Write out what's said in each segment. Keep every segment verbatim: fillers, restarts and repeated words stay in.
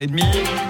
Et demi.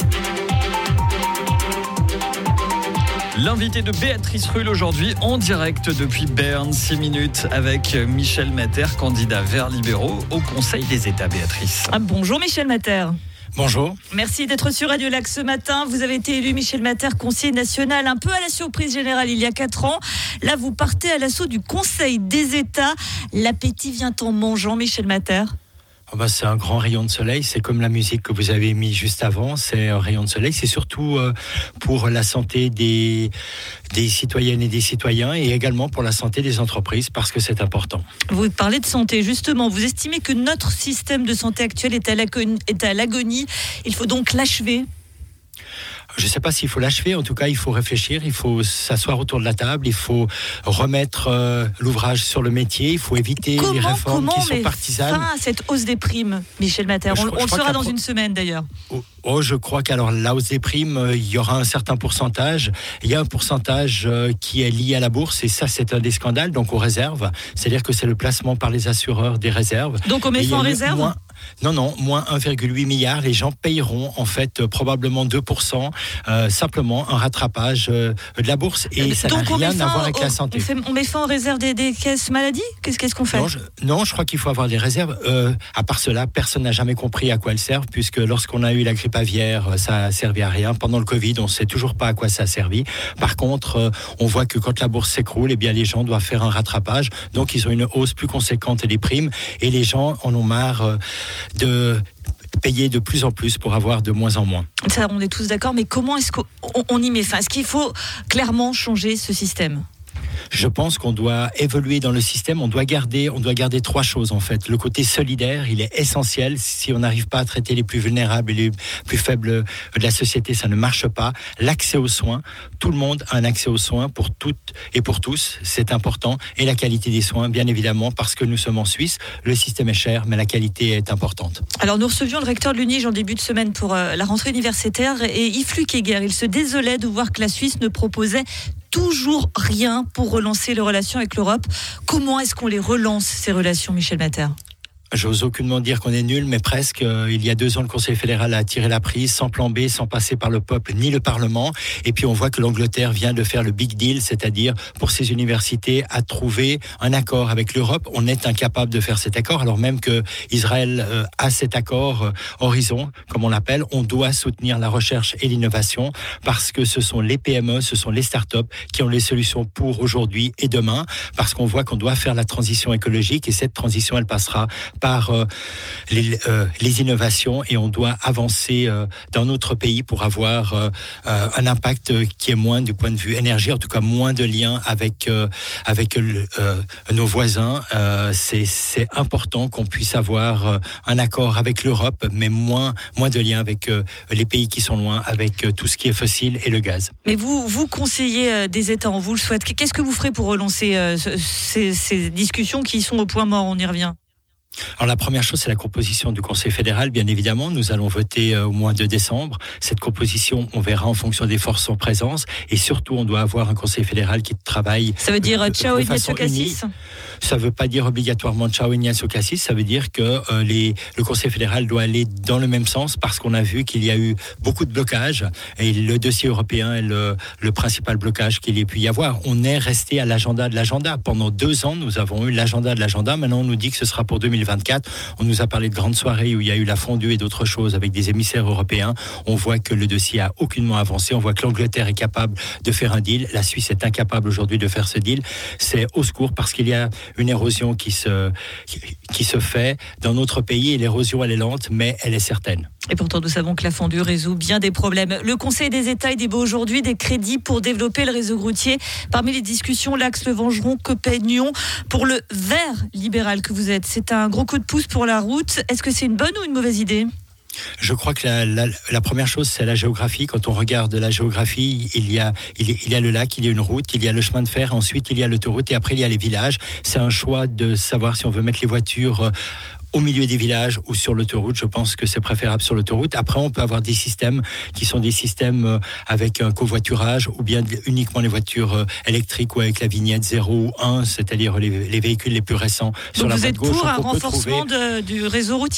L'invité de Béatrice Rulle aujourd'hui en direct depuis Berne, six minutes avec Michel Matter, candidat Verts libéraux au Conseil des États. Béatrice. Ah, bonjour Michel Matter. Bonjour. Merci d'être sur Radio Lac ce matin. Vous avez été élu, Michel Matter, conseiller national, un peu à la surprise générale il y a quatre ans. Là, vous partez à l'assaut du Conseil des États. L'appétit vient en mangeant, Michel Matter. Oh bah c'est un grand rayon de soleil, c'est comme la musique que vous avez mis juste avant, c'est un rayon de soleil, c'est surtout euh, pour la santé des, des citoyennes et des citoyens et également pour la santé des entreprises parce que c'est important. Vous parlez de santé, justement, vous estimez que notre système de santé actuel est à l'agonie, est à l'agonie. Il faut donc l'achever. Je ne sais pas s'il faut l'achever, en tout cas il faut réfléchir, il faut s'asseoir autour de la table, il faut remettre euh, l'ouvrage sur le métier, il faut éviter comment, les réformes comment qui sont partisanes. Comment à cette hausse des primes, Michel Matter? je, On, je on le saura dans pro... une semaine d'ailleurs. Oh, oh, je crois qu'alors la hausse des primes, euh, il y aura un certain pourcentage. Il y a un pourcentage euh, qui est lié à la bourse et ça c'est un des scandales, donc aux réserves. C'est-à-dire que c'est le placement par les assureurs des réserves. Donc on met fin en réserve moins... Non, non, moins un virgule huit milliard. Les gens payeront en fait euh, probablement deux pour cent, euh, simplement un rattrapage euh, de la bourse. Et ça Donc n'a rien à voir avec on, la santé. On, fait, on met fin en réserve des, des caisses maladie. Qu'est-ce, qu'est-ce qu'on fait? non je, non, je crois qu'il faut avoir des réserves. Euh, à part cela, personne n'a jamais compris à quoi elles servent, puisque lorsqu'on a eu la grippe aviaire, ça a servi à rien. Pendant le Covid, on ne sait toujours pas à quoi ça a servi. Par contre, euh, on voit que quand la bourse s'écroule, eh bien, les gens doivent faire un rattrapage. Donc, ils ont une hausse plus conséquente des primes. Et les gens en ont marre euh, de... payer de plus en plus pour avoir de moins en moins. Ça, on est tous d'accord, mais comment est-ce qu'on on y met fin? Est-ce qu'il faut clairement changer ce système? Je pense qu'on doit évoluer dans le système, on doit garder, on doit garder trois choses en fait. Le côté solidaire, il est essentiel. Si on n'arrive pas à traiter les plus vulnérables et les plus faibles de la société, ça ne marche pas. L'accès aux soins, tout le monde a un accès aux soins pour toutes et pour tous, c'est important. Et la qualité des soins, bien évidemment, parce que nous sommes en Suisse, le système est cher, mais la qualité est importante. Alors nous recevions le recteur de l'U N I G en début de semaine pour euh, la rentrée universitaire et Yves Lukeguer, il se désolait de voir que la Suisse ne proposait toujours rien pour relancer les relations avec l'Europe. Comment est-ce qu'on les relance, ces relations, Michel Matter? J'ose aucunement dire qu'on est nul, mais presque. Il y a deux ans, le Conseil fédéral a tiré la prise, sans plan B, sans passer par le peuple ni le Parlement. Et puis on voit que l'Angleterre vient de faire le big deal, c'est-à-dire pour ses universités à trouver un accord avec l'Europe. On est incapable de faire cet accord, alors même que Israël euh, a cet accord euh, horizon, comme on l'appelle. On doit soutenir la recherche et l'innovation parce que ce sont les P M E, ce sont les start-up qui ont les solutions pour aujourd'hui et demain, parce qu'on voit qu'on doit faire la transition écologique et cette transition, elle passera par euh, les, euh, les innovations et on doit avancer euh, dans notre pays pour avoir euh, euh, un impact qui est moins du point de vue énergie, en tout cas moins de liens avec, euh, avec le, euh, nos voisins. Euh, c'est, c'est important qu'on puisse avoir euh, un accord avec l'Europe, mais moins, moins de liens avec euh, les pays qui sont loin, avec euh, tout ce qui est fossile et le gaz. Mais vous, vous conseillez euh, des États, on vous le souhaite. Qu'est-ce que vous ferez pour relancer euh, ces, ces discussions qui sont au point mort? On y revient. Alors la première chose, c'est la composition du Conseil fédéral, bien évidemment. Nous allons voter euh, au mois de décembre. Cette composition, on verra en fonction des forces en présence. Et surtout, on doit avoir un Conseil fédéral qui travaille. Ça veut dire euh, ciao Ignacio Cassis? Ça ne veut pas dire obligatoirement ciao Ignacio Cassis. Ça veut dire que euh, les, le Conseil fédéral doit aller dans le même sens parce qu'on a vu qu'il y a eu beaucoup de blocages. Et le dossier européen est le, le principal blocage qu'il y ait pu y avoir. On est resté à l'agenda de l'agenda. Pendant deux ans, nous avons eu l'agenda de l'agenda. Maintenant, on nous dit que ce sera pour deux mille vingt-quatre. On nous a parlé de grandes soirées où il y a eu la fondue et d'autres choses avec des émissaires européens. On voit que le dossier a aucunement avancé. On voit que l'Angleterre est capable de faire un deal. La Suisse est incapable aujourd'hui de faire ce deal. C'est au secours parce qu'il y a une érosion qui se, qui, qui se fait dans notre pays et l'érosion elle est lente mais elle est certaine. Et pourtant nous savons que la fondue résout bien des problèmes. Le Conseil des États débat aujourd'hui des crédits pour développer le réseau routier. Parmi les discussions, l'axe Le Vengeron-Copé-Nyon pour le vert libéral que vous êtes. C'est un gros coup de pouce pour la route. Est-ce que c'est une bonne ou une mauvaise idée ? Je crois que la, la, la première chose, c'est la géographie. Quand on regarde la géographie, il y a, il y a, il y a le lac, il y a une route, il y a le chemin de fer, ensuite il y a l'autoroute et après il y a les villages. C'est un choix de savoir si on veut mettre les voitures au milieu des villages ou sur l'autoroute. Je pense que c'est préférable sur l'autoroute. Après, on peut avoir des systèmes qui sont des systèmes avec un covoiturage ou bien uniquement les voitures électriques ou avec la vignette zéro ou un, c'est-à-dire les, les véhicules les plus récents. Donc sur la vous voie êtes de gauche. pour un on peut renforcement trouver... de, du réseau routier ?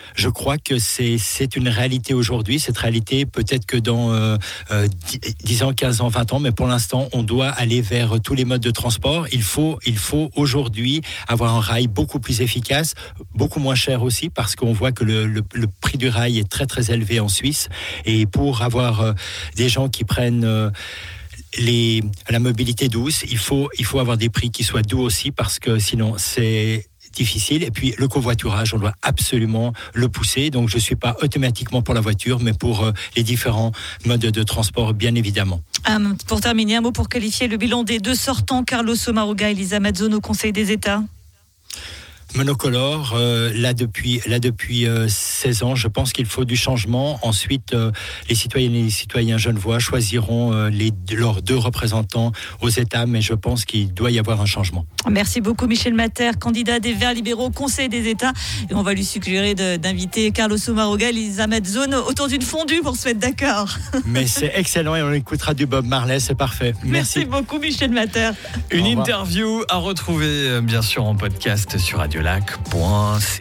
Je crois que c'est, c'est une réalité aujourd'hui. Cette réalité, peut-être que dans euh, euh, dix ans, quinze ans, vingt ans, mais pour l'instant, on doit aller vers tous les modes de transport. Il faut, il faut aujourd'hui avoir un rail beaucoup plus efficace, beaucoup moins cher aussi, parce qu'on voit que le, le, le prix du rail est très très élevé en Suisse. Et pour avoir euh, des gens qui prennent euh, les, la mobilité douce, il faut, il faut avoir des prix qui soient doux aussi, parce que sinon c'est difficile. Et puis le covoiturage, on doit absolument le pousser. Donc je ne suis pas automatiquement pour la voiture, mais pour euh, les différents modes de transport, bien évidemment. Um, pour terminer, un mot pour qualifier le bilan des deux sortants, Carlos Sommaruga et Elisa Mazzone au Conseil des États. Monocolore, euh, là depuis, là depuis euh, seize ans, je pense qu'il faut du changement. Ensuite, euh, les citoyennes et les citoyens genevois choisiront euh, les, leurs deux représentants aux États, mais je pense qu'il doit y avoir un changement. Merci beaucoup Michel Matter, candidat des Verts libéraux au Conseil des États. Et on va lui suggérer de, d'inviter Carlos Sommaruga et Elisa Mazzone autour d'une fondue pour se mettre d'accord. Mais c'est excellent et on écoutera du Bob Marley, c'est parfait. Merci, Merci beaucoup Michel Matter. Une interview à retrouver bien sûr en podcast sur radio lac point c